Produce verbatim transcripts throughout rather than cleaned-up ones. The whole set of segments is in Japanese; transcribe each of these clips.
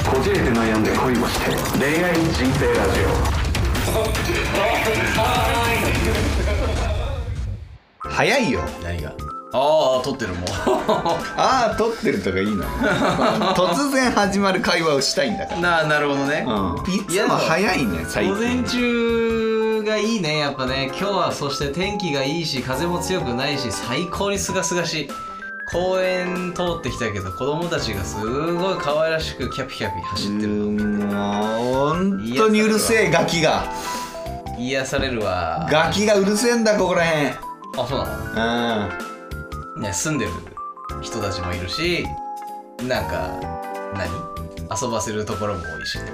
こじれて悩んで恋をして恋愛人生ラジオ。早いよ。 何が？ああ撮ってるもうああ撮ってるとかいいの突然始まる会話をしたいんだからななるほどね、 うん、いつも早いね最近。 午前中がいいねやっぱね。今日はそして天気がいいし風も強くないし最高にすがすがしい。公園通ってきたけど子供たちがすごい可愛らしくキャピキャピ走ってる。 もう本当にうるせえガキが癒されるわ。 ガキがうるせえんだここらへん。 あ、そうなの？うんね、住んでる人たちもいるしなんか何遊ばせるところも多いしってこと？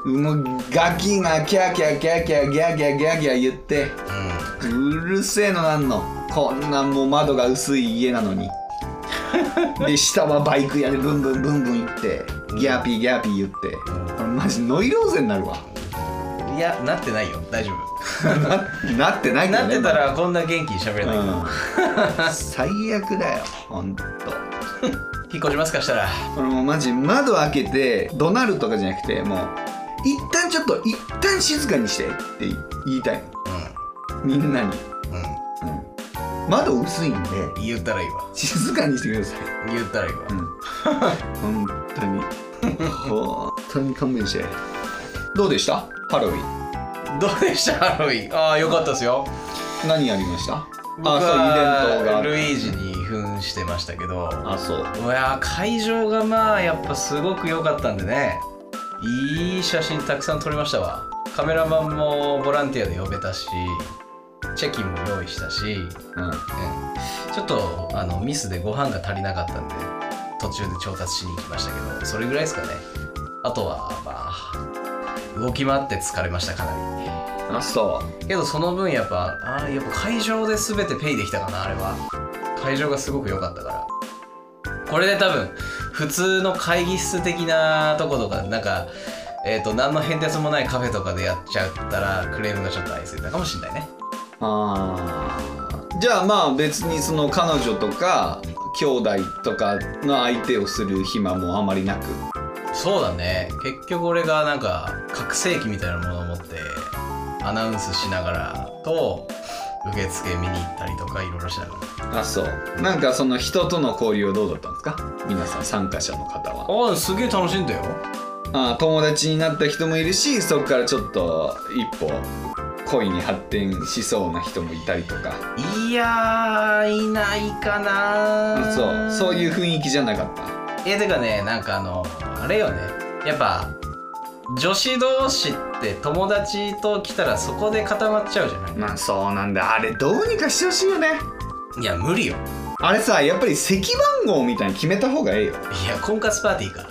もうガキがキャーキャーキャーキャーギャーギャーギャーギャー言って、うん、うるせえのなんの。こんなもう窓が薄い家なのにで下はバイク屋でブンブンブンブン行ってギャーピーギャーピー言って、うん、マジノイローゼになるわ。 いやなってないよ大丈夫な, なってないけどね。 なってたらこんな元気に喋れない、うん、 最悪だよほんと引っ越しますかしたら。 俺もうマジ窓開けて怒鳴るとかじゃなくてもう一旦ちょっと一旦静かにしてって言いたいの、うん、みんなに、うんうん、窓薄いんで言ったらいいわ。 静かにしてください。 言ったらいいわ、うん、 本当に本当に勘弁して。どうでしたハロウィン？ どうでしたハロウィン？ああよかったですよ。 何やりました？ 僕はあそうイベントがルイージに扮してましたけど。 あそう。 いや会場がまあやっぱすごく良かったんでね。いい写真たくさん撮りましたわ。カメラマンもボランティアで呼べたしチェキも用意したし、うんうん、ちょっとあのミスでご飯が足りなかったんで途中で調達しに行きましたけどそれぐらいですかね。あとはまあ動き回って疲れましたかなり。 あそうけどその分やっぱあやっぱ会場で全てペイできたかな。あれは会場がすごく良かったから。これで多分普通の会議室的なとことかなんかえっと何の変哲もないカフェとかでやっちゃったらクレームがちょっと相次いだかもしれないね。 あーじゃあまあ別にその彼女とか兄弟とかの相手をする暇もあまりなく。 そうだね。結局俺がなんか拡声器みたいなものを持ってアナウンスしながらと受付見に行ったりとかいろいろしながら。あそうなんかその人との交流はどうだったんですか皆さん参加者の方は。 ああすげえ楽しいんだよ。 あ友達になった人もいるしそこからちょっと一歩恋に発展しそうな人もいたりとか。 いやーいないかな。 そうそういう雰囲気じゃなかった。 えてかねなんかあのあれよねやっぱ女子同士って友達と来たらそこで固まっちゃうじゃない。 まあそうなんだ。あれどうにかしてほしいよね。 いや無理よ。 あれさやっぱり席番号みたいに決めた方がええよ。 いや婚活パーティーか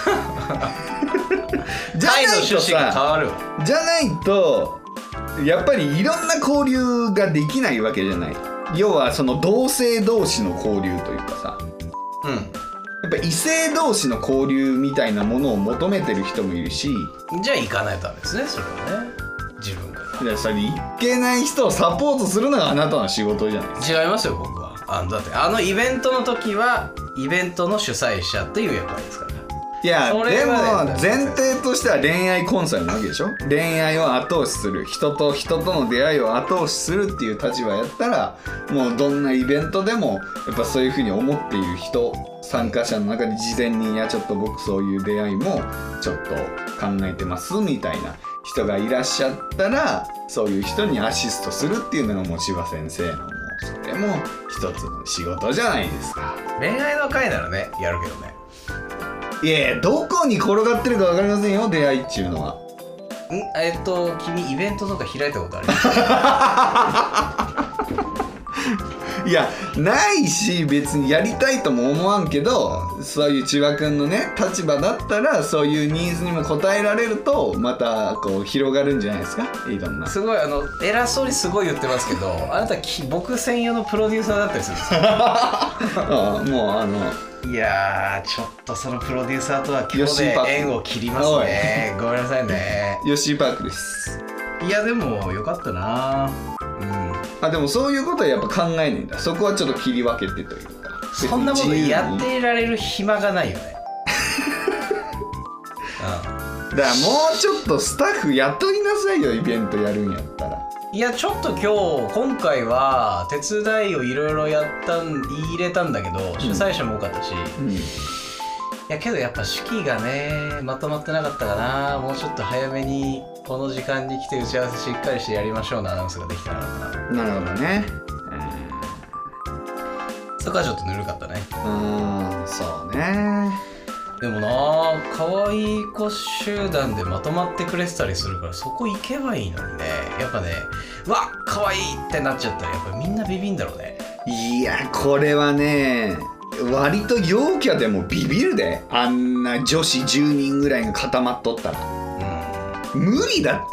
じゃないとさ変わるじゃないとやっぱりいろんな交流ができないわけじゃない。要はその同性同士の交流というかさ、うん、やっぱ異性同士の交流みたいなものを求めてる人もいるし。 じゃあ行かないとダメですねそれはね自分から。 いやそれ行けない人をサポートするのがあなたの仕事じゃないですか。違いますよ僕は。あだってあのイベントの時はイベントの主催者っていう役割ですから。 いやでも前提としては恋愛コンサルなわけでしょ。恋愛を後押しする人と人との出会いを後押しするっていう立場やったらもうどんなイベントでもやっぱそういうふうに思っている人参加者の中で事前にいやちょっと僕そういう出会いもちょっと考えてますみたいな人がいらっしゃったらそういう人にアシストするっていうのがもう柴先生のもうそれも一つの仕事じゃないですか。 恋愛の会ならねやるけどね。 いやいやどこに転がってるか分かりませんよ出会いっていうのは。 んえっと君イベントとか開いたことありますいやないし別にやりたいとも思わんけどそういう千葉くんのね立場だったらそういうニーズにも応えられるとまたこう広がるんじゃないですか。いろんなすごいあの偉そうにすごい言ってますけどあなたき僕専用のプロデューサーだったりするんですよああもうあのいやーちょっとそのプロデューサーとは今日で縁を切りますね。ごめんなさいね。 ヨッシーパークです。 いやでもよかったな。うんあでもそういうことはやっぱ考えないんだ。そこはちょっと切り分けてというかそんなことやってられる暇がないよねだからもうちょっとスタッフ雇いなさいよ、イベントやるんやったら。 いやちょっと今日今回は手伝いをいろいろやったん入れたんだけど、主催者も多かったし、 うん、 いやけどやっぱ式がねまとまってなかったかな。もうちょっと早めにこの時間に来て打ち合わせしっかりしてやりましょうのアナウンスができてなかったな。 なるほどね、 そこはちょっとぬるかったね。 うーん、そうね。 でもな可愛い子集団でまとまってくれてたりするから、そこ行けばいいのにね。やっぱね、うわ可愛いってなっちゃったらやっぱみんなビビんだろうね。 いやこれはね割と陽キャでもビビるで、あんな女子じゅうにんぐらいが固まっとったら、うん、無理だって。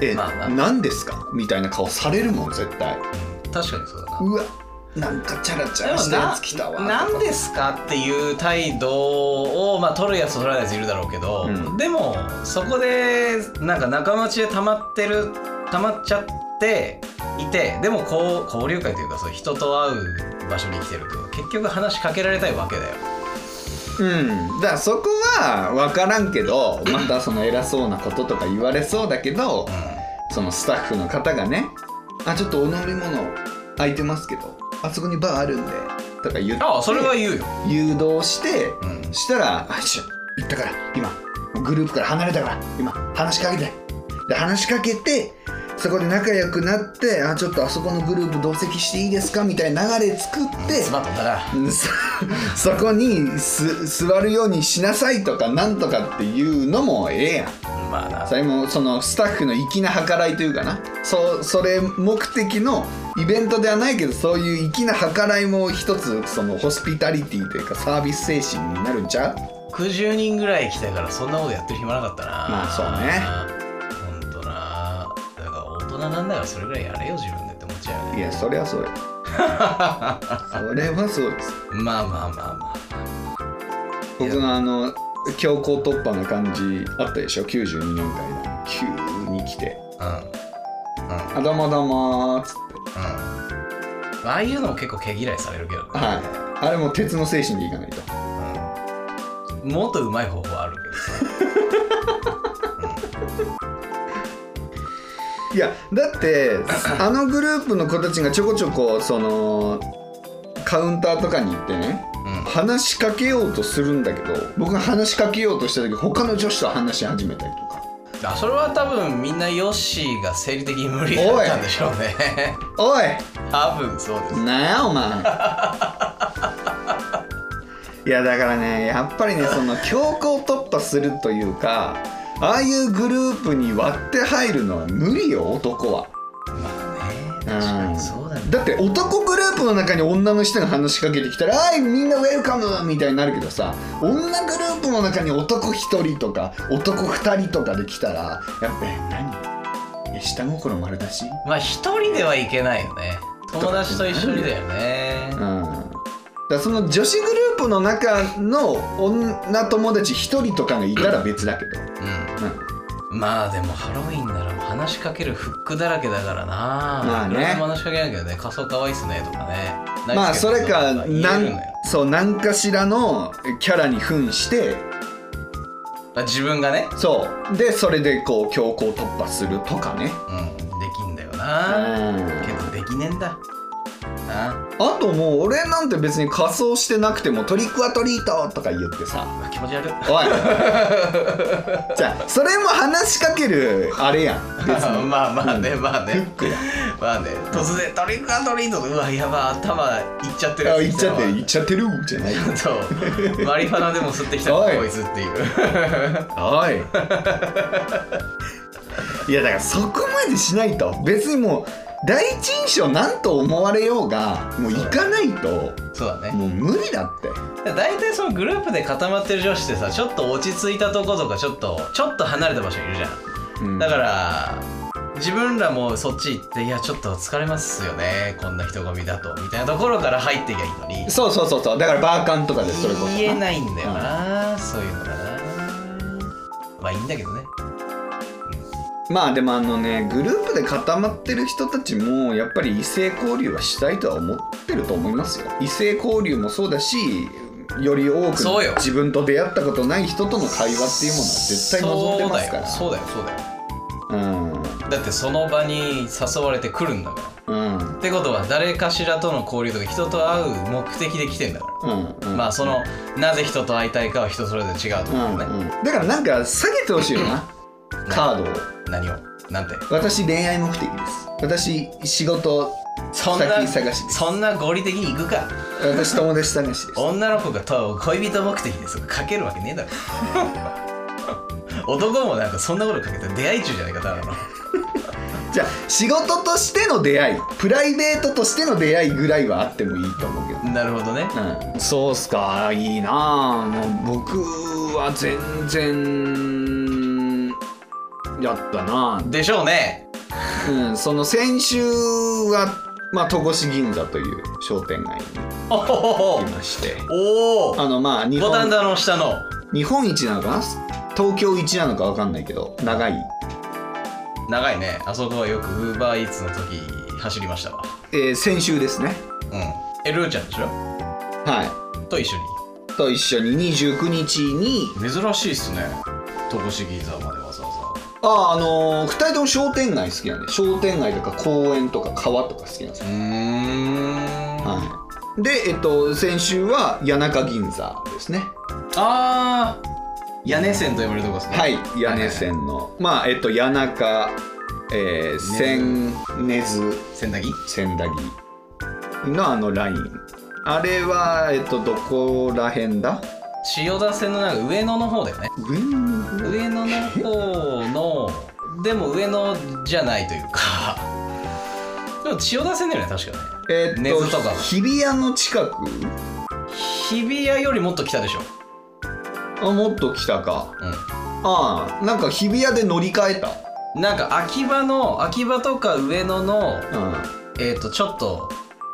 え、まあまあ、何ですかみたいな顔されるもん絶対、 うん、確かにそうだな。 うわなんかチャラチャラしたやつ来たわ。 なんですかっていう態度を、まあ、取るやつと取らないやついるだろうけど、うん、でもそこでなんか仲間内で溜まってる溜まっちゃっていて、でもこう交流会というかそう人と会う場所に来てると結局話しかけられたいわけだよ。 うん、だからそこは分からんけど、またその偉そうなこととか言われそうだけど、うん、そのスタッフの方がね、あちょっとお飲み物空いてますけどあそこにバーあるんでとか言って、 ああそれは言うよ。 誘導して、 うん、 したらあちょ行ったから今グループから離れたから今話しかけてで話しかけてそこで仲良くなって、あちょっとあそこのグループ同席していいですかみたいな流れ作って、 スマートだなそ, そこにす座るようにしなさいとかなんとかっていうのもええやん。 まあな、 それもそのスタッフの粋な計らいというかな、そそれ目的のイベントではないけど、そういう粋な計らいも一つそのホスピタリティというかサービス精神になるんちゃう？ ろくじゅうにんぐらい来たからそんなことやってる暇なかったな。 まあそうね、 ほんとな。だから大人なんだからそれぐらいやれよ自分でって思っちゃうよね。 いやそれはそうよそれはそうです。 まあまあまあまあ僕のあの強行突破の感じあったでしょ。きゅうじゅうにねんかいの急に来て、 うんうん、 あどうもどうもーっつって、 うん、ああいうのも結構毛嫌いされるけどね。 はい、あれも鉄の精神でいかないと、 うん、もっとうまい方法あるけどさ、 うん、いやだってあのグループの子たちがちょこちょこそのカウンターとかに行ってね、うん、話しかけようとするんだけど、僕が話しかけようとした時他の女子と話し始めたりとか。 あそれは多分みんなヨッシーが生理的に無理だったんでしょうね。 おい多分そうです。 なんやお前いやだからねやっぱりねその強行突破するというか、ああいうグループに割って入るのは無理よ男は。 まあね確かにそうだね、 うん、だって男グループの中に女の人が話しかけてきたら「あいみんなウェルカム!」みたいになるけどさ、女グループの中に男ひとりとか男ふたりとかで来たらやっぱ何下心丸出し。 まあ一人ではいけないよね。友達と一緒にだよね。 うん、だからその女子グループの中の女友達ひとりとかがいたら別だけど、うんうん、まあでもハロウィンなら話しかけるフックだらけだからな。 まあね話しかけなきゃね、仮装かわいいっすねとかね。 まあそれかなんそう何かしらのキャラに扮して自分がね、 そうでそれでこう強行突破するとかね、 うん、できんだよな、うん、けどできねえんだああともう俺なんて別に仮装してなくてもトリックアトリートとか言ってさ、 気持ち悪いおいじゃあそれも話しかけるあれやん別にまあまあね、うん、まあねフックやまあね、突然トリックアトリートでうわやば頭いっちゃってるやついっちゃってるいっちゃってるじゃないよそうマリファナでも吸ってきたこいつっていうおいいやだからそこまでしないと、別にもう第一印象なんと思われようがもう行かないと、 そうだね、 もう無理だって。 大体そのグループで固まってる女子ってさ、ちょっと落ち着いたとことかちょっとちょっと離れた場所にいるじゃん、うん、だから自分らもそっち行って、いやちょっと疲れますよねこんな人混みだとみたいなところから入っていきゃいいのに、 そうそうそうそう、だからバーカンとかでそれこそ言えないんだよな、うん、そういうのがな。まあいいんだけどね。 まあでもあのね、グループで固まってる人たちもやっぱり異性交流はしたいとは思ってると思いますよ。異性交流もそうだし、 より多くそうよ自分と出会ったことない人との会話っていうものは絶対望んでますから。 そうだよそうだよそうだよ、 うん、 だってその場に誘われてくるんだから、うん、ってことは誰かしらとの交流とか人と会う目的で来てんだから、うんうん、まあそのなぜ人と会いたいかは人それぞれ違うと思うね、うんうん、 だからなんか下げてほしいよなカードを。 何をなんて私恋愛目的です、私仕事そんな先探しです、 そんな合理的に行くか。 私友達探しです。 女の子がと恋人目的ですかけるわけねえだろ男もなんかそんなことかけて出会い中じゃないかただのじゃあ仕事としての出会いプライベートとしての出会いぐらいはあってもいいと思うけど。 なるほどね、 うん、そうっすか、いいなあ。もう僕は全然やったなでしょうね。 うん、その先週はまあ戸越銀座という商店街に行きまして、 おお、 あのまあ日本五反田の下の日本一なのかな東京一なのか分かんないけど長い長いね。あそこはよくウーバーイーツの時走りましたわ。 えー、先週ですね。 うん。えルーちゃんでしょ。 はいと一緒にと一緒ににじゅうくにちに。 珍しいっすね戸越銀座までわざわざ。 ああ、あのー、ふたりとも商店街好きなんで、商店街とか公園とか川とか好きなんですよ。うーん、はい、で、えっと、先週は谷中銀座ですね。 ああ、屋根線と呼ばれるとこですね。 はい、屋根線の、はいはい、まあえっと谷中、えー、千根津千駄木千駄木のあのライン、あれはえっとどこら辺だ？ 千代田線のなんか上野の方だよね。 上野の方？ 上野の方のでも上野じゃないというかでも千代田線だよね確かね。 えー、っと根津とか日比谷の近く？ 日比谷よりもっと北でしょ。 あ、もっと北か。うん。ああ、なんか日比谷で乗り換えた。 なんか秋葉の秋葉とか上野の、うん、えっ、ー、とちょっと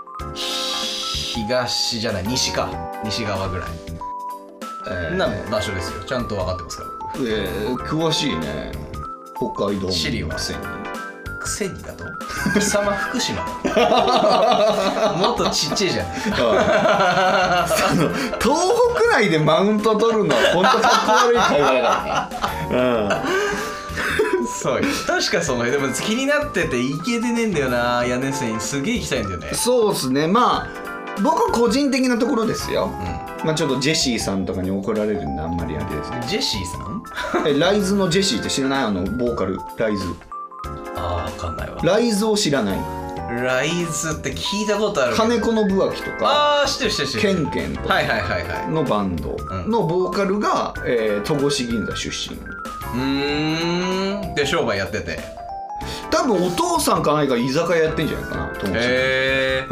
東じゃない西か西側ぐらい、えー、な場所ですよ。ちゃんと分かってますから。 えー、詳しいね。北海道地理はくせにくせにだと貴様福島だもっとちっちゃいじゃんその東北内でマウント取るのは本当かっこ悪い会話だからね、うん、 そう確かそのでも気になってて行けてねえんだよな。屋根線すげえ行きたいんだよね。 そうっすね。まあ僕個人的なところですよ、うん、まあちょっとジェシーさんとかに怒られるんであんまりあれですけど。 ジェシーさんえライズのジェシーって知らない？あのボーカルライズ。 ああ分かんないわ。 ライズを知らない？ ライズって聞いたことあるけど。金子のブアキとかああ知ってる知ってる知ってる。 ケンケンとかのバンドのボーカルが、えー、戸越銀座出身。うーんで商売やってて多分お父さんか何か居酒屋やってんじゃないかなと思う。へえ。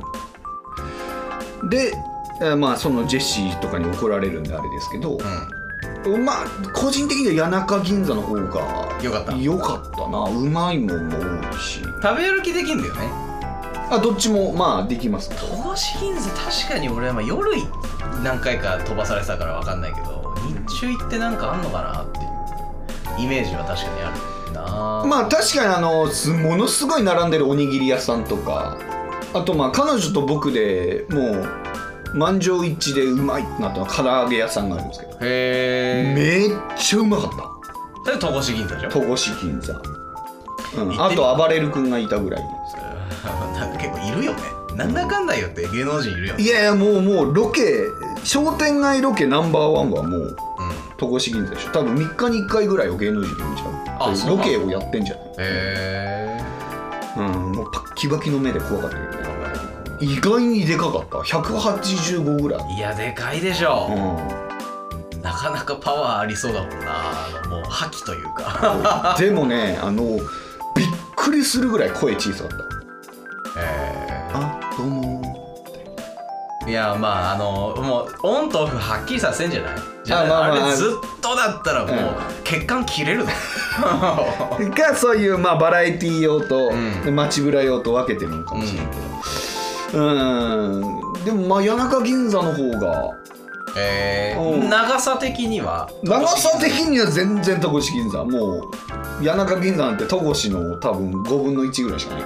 うんで、えー、まあそのジェシーとかに怒られるんであれですけど、うん、まあ個人的には谷中銀座の方がよかったよかったな。うまいもんも多いし食べ歩きできんだよね。 あどっちもまあできますけど。 戸越銀座確かに俺はまあ夜何回か飛ばされてたから分かんないけど日中行ってなんかあんのかなっていうイメージは確かにあるな。 まあ確かにあのものすごい並んでるおにぎり屋さんとか、あとまあ彼女と僕でもう満場一致でうまいってなったのは唐揚げ屋さんがあるんですけど、へめっちゃうまかった。 それ戸越銀座でしょ。 戸越銀座、うん、あと暴れる君がいたぐらいですなんか結構いるよね。なんだかんだ言って芸能人いるよね。 いやいやもうもうロケ商店街ロケナンバーワンはもう戸越銀座でしょ。多分みっかにいっかいぐらいを芸能人で見ちゃう。あロケをやってんじゃない。へえ。うんもうパッキバキの目で怖かったけどね。意外にでかかった。ひゃくはちじゅうごぐらい。 いやでかいでしょ、うん、なかなかパワーありそうだもんな。あのもう覇気というかでもねあのびっくりするぐらい声小さかった。えー、あどうもいやまああのもうオンとオフはっきりさせんじゃない。じゃあ、まあまあ、あれずっとだったらもう、うん、血管切れるのがそういう、まあ、バラエティー用と、うん、街ブラ用と分けてるのかもしれないけど、うん、うんでもまあ谷中銀座の方がえー、長さ的には長さ的には全然戸越銀座もう谷中銀座なんて戸越の多分ごぶんのいちぐらいしかない。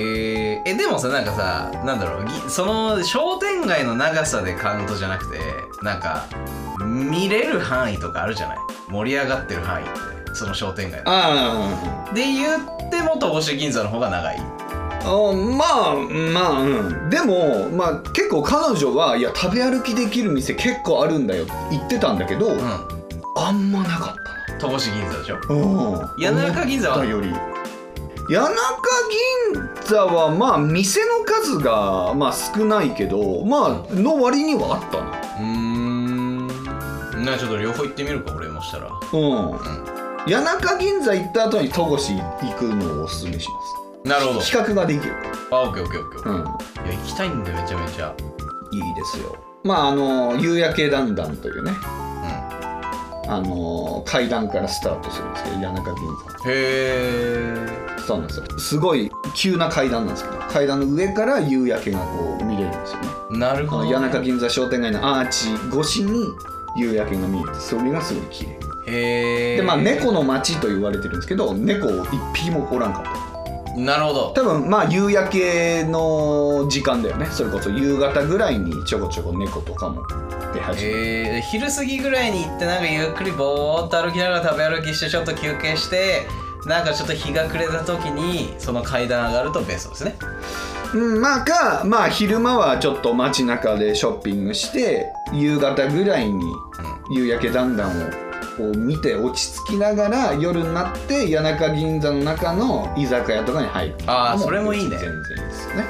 えー、えでもさなんかさなんだろうその商店街の長さでカウントじゃなくてなんか見れる範囲とかあるじゃない、盛り上がってる範囲って、その商店街のあで言っても戸越銀座の方が長い。 あまあまあうんでもまあ結構彼女はいや食べ歩きできる店結構あるんだよって言ってたんだけど、うん、あんまなかったな。 戸越銀座でしょ。 うん谷中銀座はより谷中銀座はまあ店の数がまあ少ないけどまあの割にはあったな。 うーんなちょっと両方行ってみるか俺もしたら。 うん、うん、谷中銀座行った後に戸越行くのをおすすめします。 なるほど。 比較ができる。 あ、オッケーオッケーオッケー。 うん。 いや行きたいんでめちゃめちゃ。 いいですよ。まああの夕焼けだんだんというね。うん。あの階段からスタートするんですけど谷中銀座。へえ。そうなんですよ。すごい急な階段なんですけど階段の上から夕焼けがこう見れるんですよね。 なるほど。 谷中銀座商店街のアーチ越しに夕焼けが見えてそれがすごい綺麗。 へえ。 でまあ猫の街と言われてるんですけど猫一匹もおらんかった。 なるほど。 多分まあ夕焼けの時間だよね。それこそ夕方ぐらいにちょこちょこ猫とかも出始める。 えー、昼過ぎぐらいに行ってなんかゆっくりぼーっと歩きながら食べ歩きしてちょっと休憩してなんかちょっと日が暮れた時にその階段上がるとベストですね。 うんまあかまあ昼間はちょっと街中でショッピングして夕方ぐらいに夕焼けだんだんをこう見て落ち着きながら夜になって谷中銀座の中の居酒屋とかに入る。 ああそれもいいね。 全然いいですよね。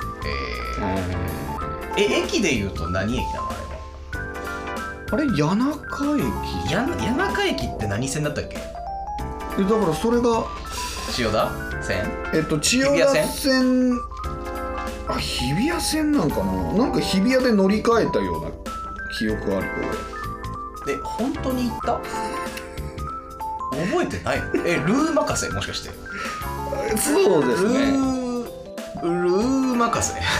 えー、え駅でいうと何駅なのあれは。 あれ谷中駅。 や谷中駅って何線だったっけ。 えだからそれが千代田線えっと千代田線あ日比谷線なんかな。なんか日比谷で乗り換えたような記憶あるよ俺。え本当に行った？覚えてないの？えルー任せもしかして。 そうですね。 ルールー任せ。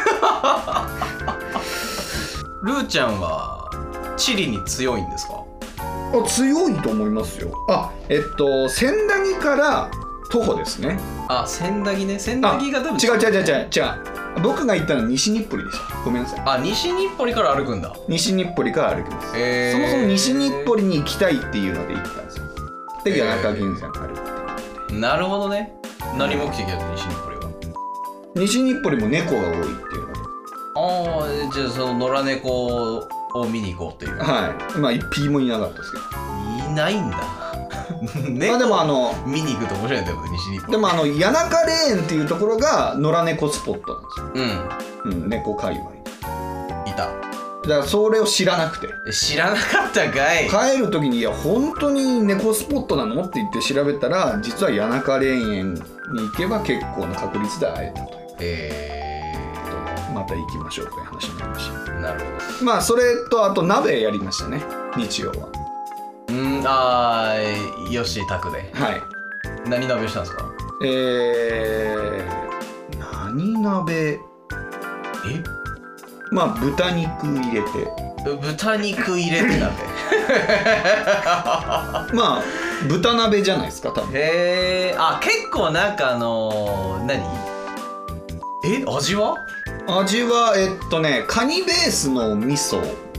ルーちゃんは地理に強いんですか？ あ強いと思いますよ。あえっと千駄木から徒歩ですね。 あ千駄木ね。千駄木が多分違う違う違う違う違う。僕が行ったのは西日暮里でした。ごめんなさい。 あ西日暮里から歩くんだ。 西日暮里から歩きます、 えー、 そもそも西日暮里に行きたいっていうので行ったんですよ。で谷中銀座から歩いて。 なるほどね。何目的だと西日暮里は。 西日暮里も猫が多いっていうので。 ああじゃあその野良猫を見に行こうっていう。 はいまあ一匹もいなかったですけど。 いないんだ。 まあでもあの見に行くと面白いんだよ西日暮里。 でもあの谷中霊園っていうところが野良猫スポットなんですよ。うん、うん、猫界隈いた。 だからそれを知らなくて知らなかったかい。 帰る時にいや本当に猫スポットなのって言って調べたら実は谷中霊園に行けば結構な確率で会えたという。 えー、また行きましょうという話になりました。 なるほど。 まあそれとあと鍋やりましたね日曜は。 うんあーよしタクで。 はい。 何鍋したんですか？ えー、何鍋えまあ豚肉入れて豚肉入れて鍋まあ豚鍋じゃないですか多分。 へえ。あ結構なんかあのー、何え味は味はえっとねカニベースの味噌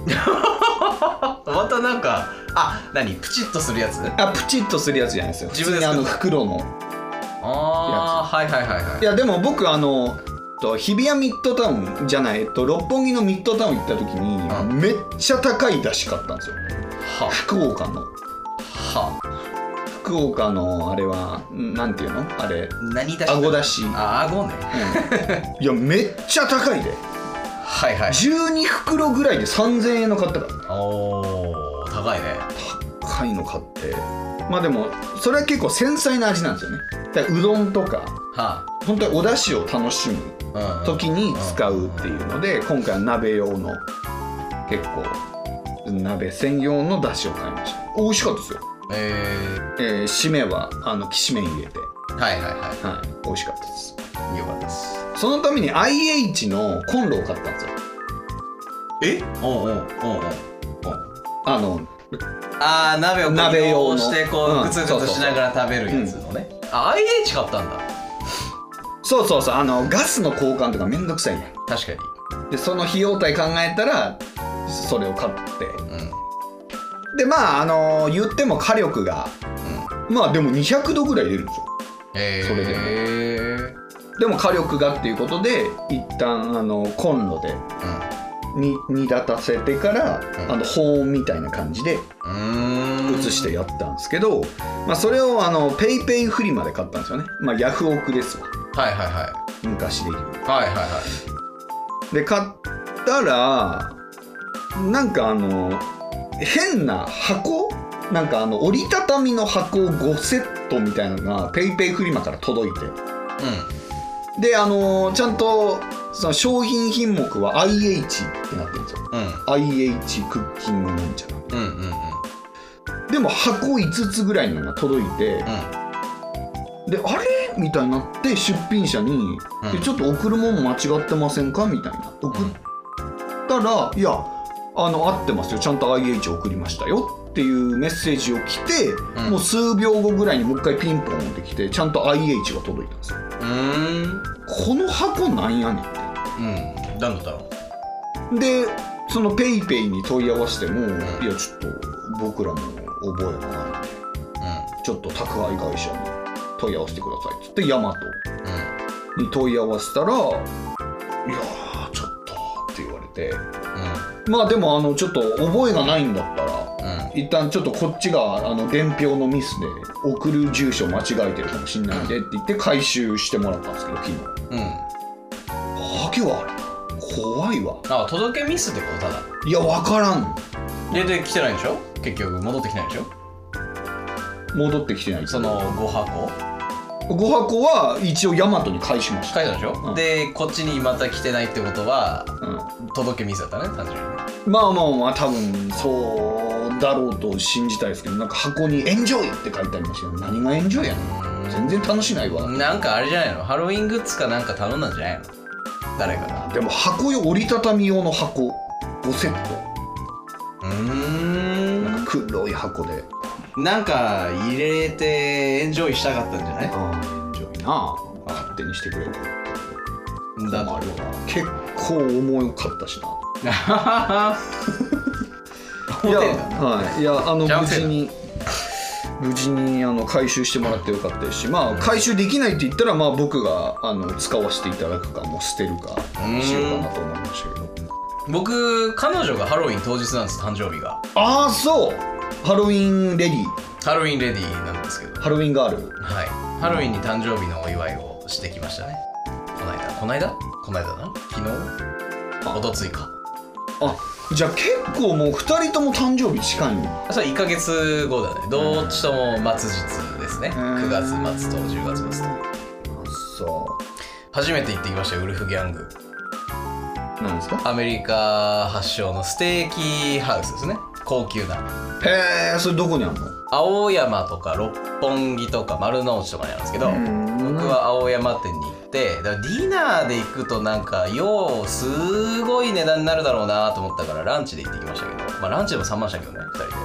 またなんかあ何プチッとするやつ。 あプチッとするやつじゃないですよ。 自分であの袋のああはいはいはいはい。 いやでも僕あの日比谷ミッドタウンじゃない、えっと、六本木のミッドタウン行った時に、うん、めっちゃ高い出汁買ったんですよ。は福岡のは福岡のあれはなんていうのあれ何出汁？ あご出汁。 ああごね、 うん、いやめっちゃ高いではいはいじゅうに袋ぐらいでさんぜんえんの買ったから。 おー高いね。 高いの買ってまあでもそれは結構繊細な味なんですよね。だからうどんとか、はあ、本当にお出汁を楽しむ時に使うっていうので今回は鍋用の結構鍋専用の出汁を買いました。美味しかったですよ。えー、えー、締めはあのきしめん入れてはいはいはい、 はい、美味しかったです。 よかったです。 そのために アイエイチ のコンロを買ったんですよ。 えおうおうおうおうあのあー鍋を鍋用のしてこうグツグツしながら食べるやつのね、うん、あ アイエイチ 買ったんだ。 そうそうそうあのガスの交換とかめんどくさいね。 確かに。 でその費用対考えたらそれを買って、 うん、 でまああのー、言っても火力が、うん、まあでもにひゃくどぐらい出るんですよ、 えー、 それでもでも火力がっていうことで一旦あのコンロで、うん、に煮立たせてから、うん、あの保温みたいな感じで移してやったんですけど、まあ、それをあのペイペイフリマで買ったんですよね。まあヤフオクですわ。 はいはいはい。 昔で言う。 はいはいはい。 で買ったらなんかあの変な箱なんかあの折りたたみの箱ごセットみたいなのがペイペイフリマから届いて、うん、であのちゃんとその商品品目は アイエイチ ってなってるんですよ、うん、アイエイチ クッキングなんちゃら、うんうんうん、でも箱いつつぐらいのが届いて、うん、であれみたいになって出品者に、うん、でちょっと送るもん間違ってませんかみたいな送ったら、うん、いやあの合ってますよちゃんと アイエイチ 送りましたよっていうメッセージを来て、うん、もう数秒後ぐらいにもう一回ピンポンってきてちゃんと アイエイチ が届いたんですよ。うーんこの箱なんやねんって、 うん、何だったのでそのペイペイに問い合わせても、うん、いやちょっと僕らも覚えがないんで、うん、ちょっと宅配会社に問い合わせてくださいっつってヤマトに問い合わせたら、うん、いやーちょっとって言われて、うん、まあでもあのちょっと覚えがないんだったら、うん、一旦ちょっとこっちがあの伝票のミスで送る住所間違えてるかもしんないんでって言って回収してもらったんですけど昨日、うん、わけはある怖いわ。 あ、届けミスってことただ。 いや分からん。 でで来てないんでしょ結局戻ってきてないでしょ戻ってきてない。 そのご箱ご箱は一応ヤマトに返しました。 返したでしょ、うん、でこっちにまた来てないってことは、うん、届けミスだったね単純に。 まあまあまあ多分そうだろうと信じたいですけどなんか箱にエンジョイって書いてありましたけど何がエンジョイやねん全然楽しないわ。 なんかあれじゃないのハロウィングッズかなんか頼んだんじゃないの誰かが。 でも箱よ折りたたみ用の箱ごセットうーんなんか黒い箱でなんか入れてエンジョイしたかったんじゃない。 ああエンジョイな勝手にしてくれてだと結構重かったしないや、はい、いやあの無事に無事にあの回収してもらってよかったですし、まあ回収できないって言ったらまあ僕があの使わせていただくかもう捨てるかしようかなと思いましたけど。 僕彼女がハロウィン当日なんです誕生日が。 ああそうハロウィンレディハロウィンレディなんですけどハロウィンガールはいハロウィンに誕生日のお祝いをしてきましたね。こないだこないだこないだな昨日おとついか。 あじゃあ結構もうふたりとも誕生日近いの。 それいっかげつごだね。どっちとも末日ですね。くがつ末とじゅうがつ末と。 そう初めて行ってきましたよウルフギャング。 何ですか。 アメリカ発祥のステーキハウスですね。高級な。 へえそれどこにあるの。 青山とか六本木とか丸の内とかにあるんですけど僕は青山店に行ってだからディナーで行くとなんかようすごい値段になるだろうなと思ったからランチで行ってきましたけどまあランチでもさんまんしたけどねふたりで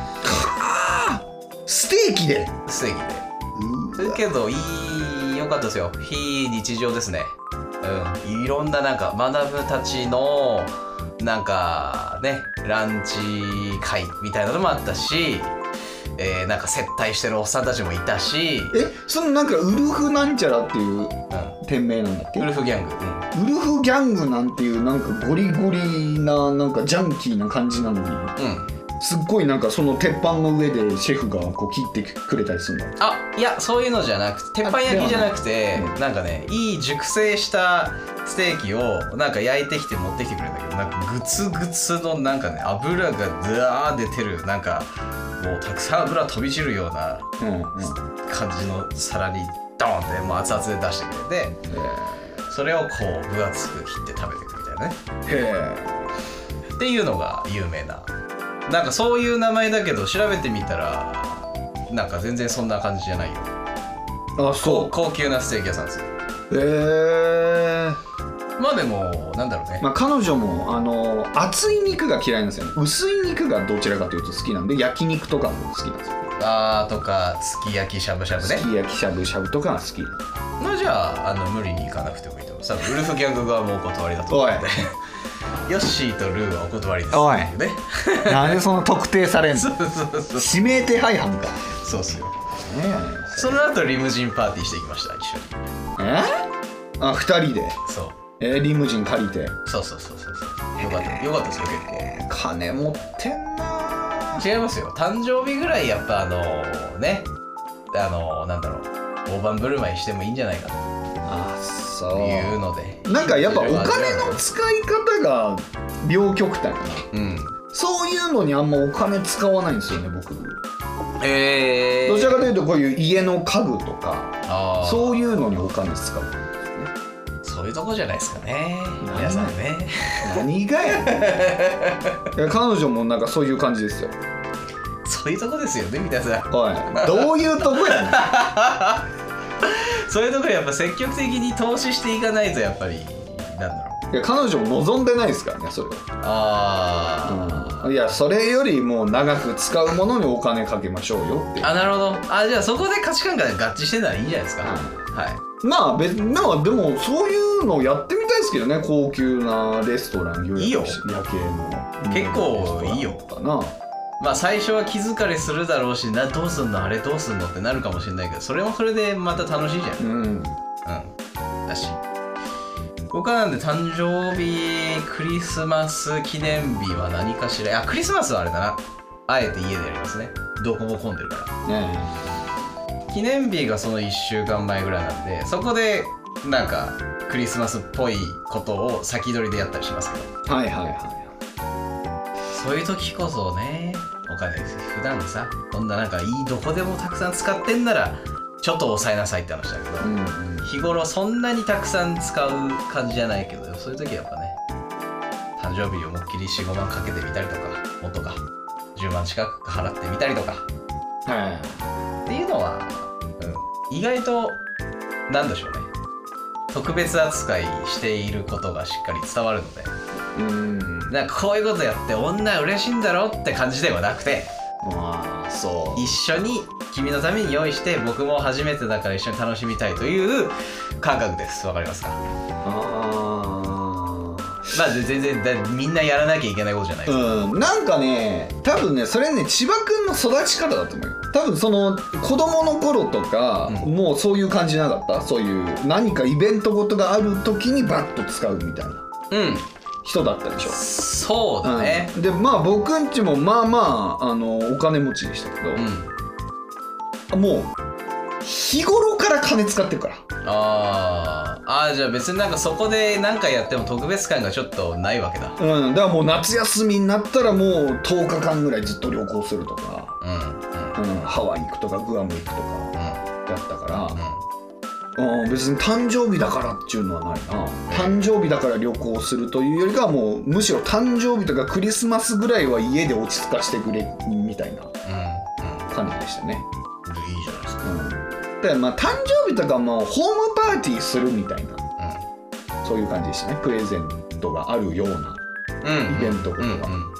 ステーキでステーキでだけどいい良かったですよ。非日常ですね。うんいろんななんかマダムたちのなんかねランチ会みたいなのもあったし、えー、なんか接待してるおっさんたちもいたしえそのなんかウルフなんちゃらっていう、うん、店名なんだっけ。 ウルフギャング、 うん、ウルフギャングなんていうなんかゴリゴリななんかジャンキーな感じなのに、うん、すっごいなんかその鉄板の上でシェフがこう切ってくれたりするの。 あいやそういうのじゃなくて鉄板焼きじゃなくてな、うん、なんかねいい熟成したステーキをなんか焼いてきて持ってきてくれるんだけどなんかグツグツのなんかね油がダー出てるなんかもうたくさん油飛び散るような感じの皿にドーンってもう熱々で出してくれて、うん、それをこう分厚く切って食べていくみたいなねへーっていうのが有名ななんかそういう名前だけど調べてみたらなんか全然そんな感じじゃないよ。 あそう高級なステーキ屋さんですよ。 へえまあでもなんだろうね、 まあ、彼女もあの厚い肉が嫌いなんですよね。薄い肉がどちらかというと好きなんで焼肉とかも好きなんですよ。 あーとかすき焼きしゃぶしゃぶね。 すき焼きしゃぶしゃぶとかが好き。 まあじゃあ、あの無理に行かなくてもいいと思う。さウルフギャング側もお断りだと思ってヨッシーとルーはお断りですおいねなんでその特定されんのそうそうそう指名手配犯かそうっすよ。 ねその後リムジンパーティーしていきました一緒に。 えあふたりでそうえリムジン借りてそうそうそうそうそうよかったよかったですよ結構。 金持ってんな違いますよ。誕生日ぐらいやっぱあのねあのなんだろう大盤振る舞いしてもいいんじゃないかあとそういうので。 なんかやっぱお金の使い方が両極端やなうんそういうのにあんまお金使わないんですよね僕えー、 どちらかというとこういう家の家具とかあそういうのにお金使うそういうとこじゃないですかね何皆さんね。 何がやねんいや彼女もなんかそういう感じですよそういうとこですよね皆さん。 おいどういうとこやねんそういうとこやっぱ積極的に投資していかないとやっぱりなんだろう。 いや彼女も望んでないですからねそれあー、 は、うん、いやそれよりも長く使うものにお金かけましょうよってあなるほど。あじゃあそこで価値観が合致してたらいいんじゃないですか。はいまあ別にまあでもそういうのやってみたいですけどね高級なレストラン予約しいいよ夜景の結構いいよかなまあ最初は気疲れするだろうしなどうすんのあれどうすんのってなるかもしれないけどそれもそれでまた楽しいじゃん。 うんうんだし僕はなんで誕生日クリスマス記念日は何かしら。いやクリスマスはあれだなあえて家でやりますね。どこも混んでるからね記念日がそのいっしゅうかんまえぐらいなんでそこでなんかクリスマスっぽいことを先取りでやったりしますけどはいはいはそういう時こそねお金普段さこんななんかいいどこでもたくさん使ってんならちょっと抑えなさいって話だけど、 いうんうん日頃そんなにたくさん使う感じじゃないけどそういう時はやっぱね誕生日に思いっきり よん,ご 万かけてみたりとかもっとかじゅうまん近く払ってみたりとかはいっていうのは、うん、意外となんでしょうね特別扱いしていることがしっかり伝わるのでうんなんかこういうことやって女嬉しいんだろって感じではなくてまあそう一緒に君のために用意して僕も初めてだから一緒に楽しみたいという感覚です。わかりますか？ あまあ全然だみんなやらなきゃいけないことじゃないです。 うんなんかね多分ねそれね千葉君の育ち方だと思うよ多分その子供の頃とか、うん、もうそういう感じなかったそういう何かイベントごとがある時にバッと使うみたいなうん人だったでしょ。 そうだね、 うん、でまあ僕んちもまあまああのお金持ちでしたけど、うん、もう日頃から金使ってるから。 あーあーじゃあ別になんかそこで何かやっても特別感がちょっとないわけだ。 うんだからもう夏休みになったらもうとおかかんぐらいずっと旅行するとか、 うんうんうん、ハワイ行くとかグアム行くとかやったから、 うんうんうん、別に誕生日だからっていうのはないな。誕生日だから旅行するというよりかはもうむしろ誕生日とかクリスマスぐらいは家で落ち着かしてくれみたいな感じでしたね。 うんうん、いいじゃないですか。 うんでまあ、誕生日とかもホームパーティーするみたいな、うん、そういう感じでしたね。プレゼントがあるようなイベントとかっていう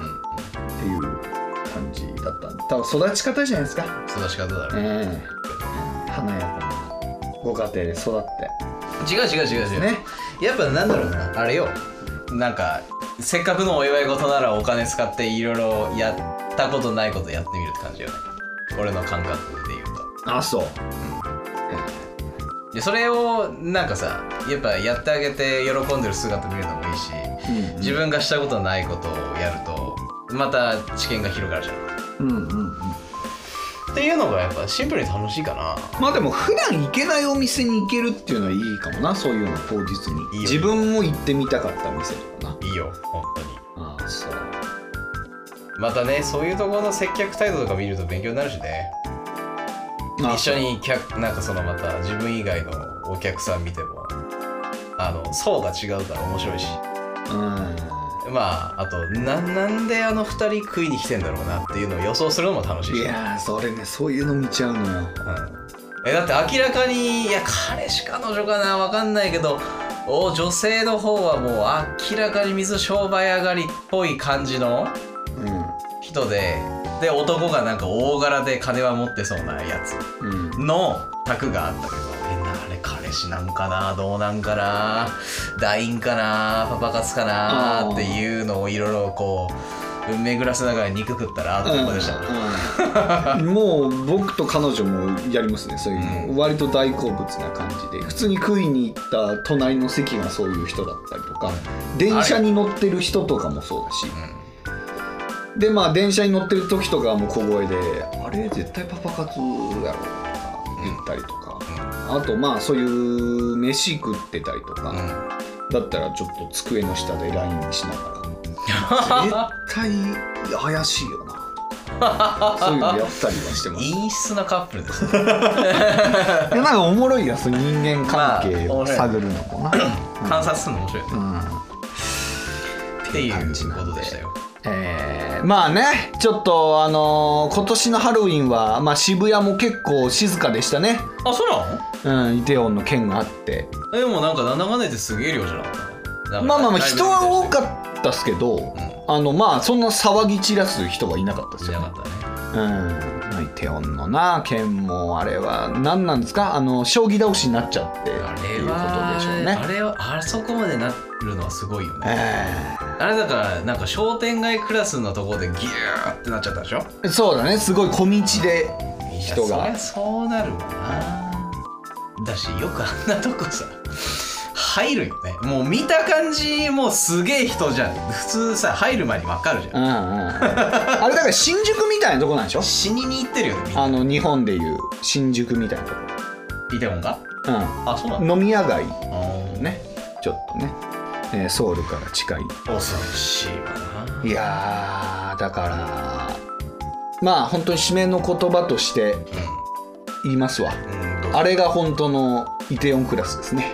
感じだったんで多分育ち方じゃないですか。 育ち方だろう、 えー、華やかなご家庭で育って違う違う違う違う、ね、やっぱなんだろうなあれよなんかせっかくのお祝い事ならお金使っていろいろやったことないことやってみるって感じよね俺の感覚で言うと。 あそう、うんでそれをなんかさやっぱやってあげて喜んでる姿見るのもいいし、うんうん、自分がしたことないことをやるとまた知見が広がるじゃん、うんうんうん、っていうのがやっぱシンプルに楽しいかな。 まあでも普段行けないお店に行けるっていうのはいいかもな。そういうの当日にいい自分も行ってみたかった店とかな。 いいよ本当に。 ああそうまたねそういうところの接客態度とか見ると勉強になるしね。一緒に客なんかそのまた自分以外のお客さん見てもあの層が違うから面白いし、うん、まああと な, なんであのふたり食いに来てんだろうなっていうのを予想するのも楽しいし。 いやーそれねそういうの見ちゃうのよ、うん、 えだって明らかにいや彼氏彼女かな分かんないけどお女性の方はもう明らかに水商売上がりっぽい感じの人で、うんで男がなんか大柄で金は持ってそうなやつの卓があったけど、うん、えなあれ彼彼氏なんかな、どうなんかな、ダインかな、パパ活かなっていうのをいろいろこう巡らせながら肉食ったらってことでした、 うんうん、もう僕と彼女もやりますね、そういうの、うん、割と大好物な感じで、普通に食いに行った隣の席がそういう人だったりとか、電車に乗ってる人とかもそうだし、うん、でまあ電車に乗ってる時とかはもう小声であれ絶対パパ活やろとか言ったりとか、うん、あとまあそういう飯食ってたりとか、うん、だったらちょっと机の下で ライン しながら絶対怪しいよなそういうのやったりはしてます。 陰湿なカップルですねなんかおもろいやつ、人間関係を探るのもな、 まあ、観察するの面白いよね、うん、っていうことでしたよ。 えー、まあね、ちょっとあのー、今年のハロウィンは、まあ、渋谷も結構静かでしたね。 あ、そうなの？うん、イテウォンの件があって。 でもなんかなんだかんだ言ってすげえ量じゃなかった？ まあまあまあ人は多かったっすけど、うん、あのまあそんな騒ぎ散らす人はいなかったですよね。いなかったね。うん、イテウォンのな件もあれは何なんですか、あの将棋倒しになっちゃってっていうことでしょうね。 あれはあそこまでなるのはすごいよね。えー、あれだからなんか商店街クラスのところでギューってなっちゃったでしょ。 そうだね、すごい小道で人が。 そりゃそうなるわな。だしよくあんなとこさ入るよね。もう見た感じもうすげえ人じゃん。普通さ入る前に分かるじゃん。うんうん、あれだから新宿みたいなとこなんでしょ。 死にに行ってるよね。 あの日本でいう新宿みたいなとこ。 イテウォンが？ うん。 あ、そうなの？ 飲み屋街ね、ちょっとね、えー、ソウルから近い。 恐ろしいわな。 いやーだからまあ本当に締めの言葉として言いますわ。うん、あれが本当のイテウォンクラスですね。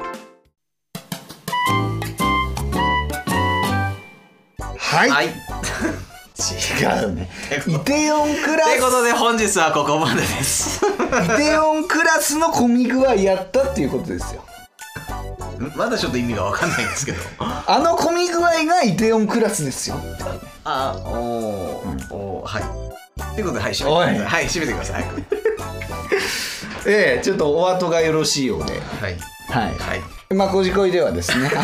はい、はい、違うね。イテウォンクラスということで本日はここまでですイテウォンクラスの混み具合やったっていうことですよ。 まだちょっと意味が分かんないんですけどあの混み具合がイテウォンクラスですよ。 ああ、おー、うん、おー、はいということで、はい、締めてください。はい、締めてくださいええ、ちょっとお後がよろしいようで、はいはい、はい、まあこじこいではですね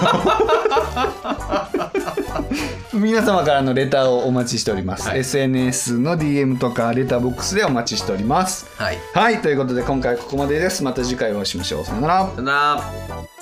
皆様からのレターをお待ちしております、はい、エスエヌエス の ディーエム とかレターボックスでお待ちしております。はい、はい、ということで今回はここまでです。また次回お会いしましょう。さよなら。 さよなら。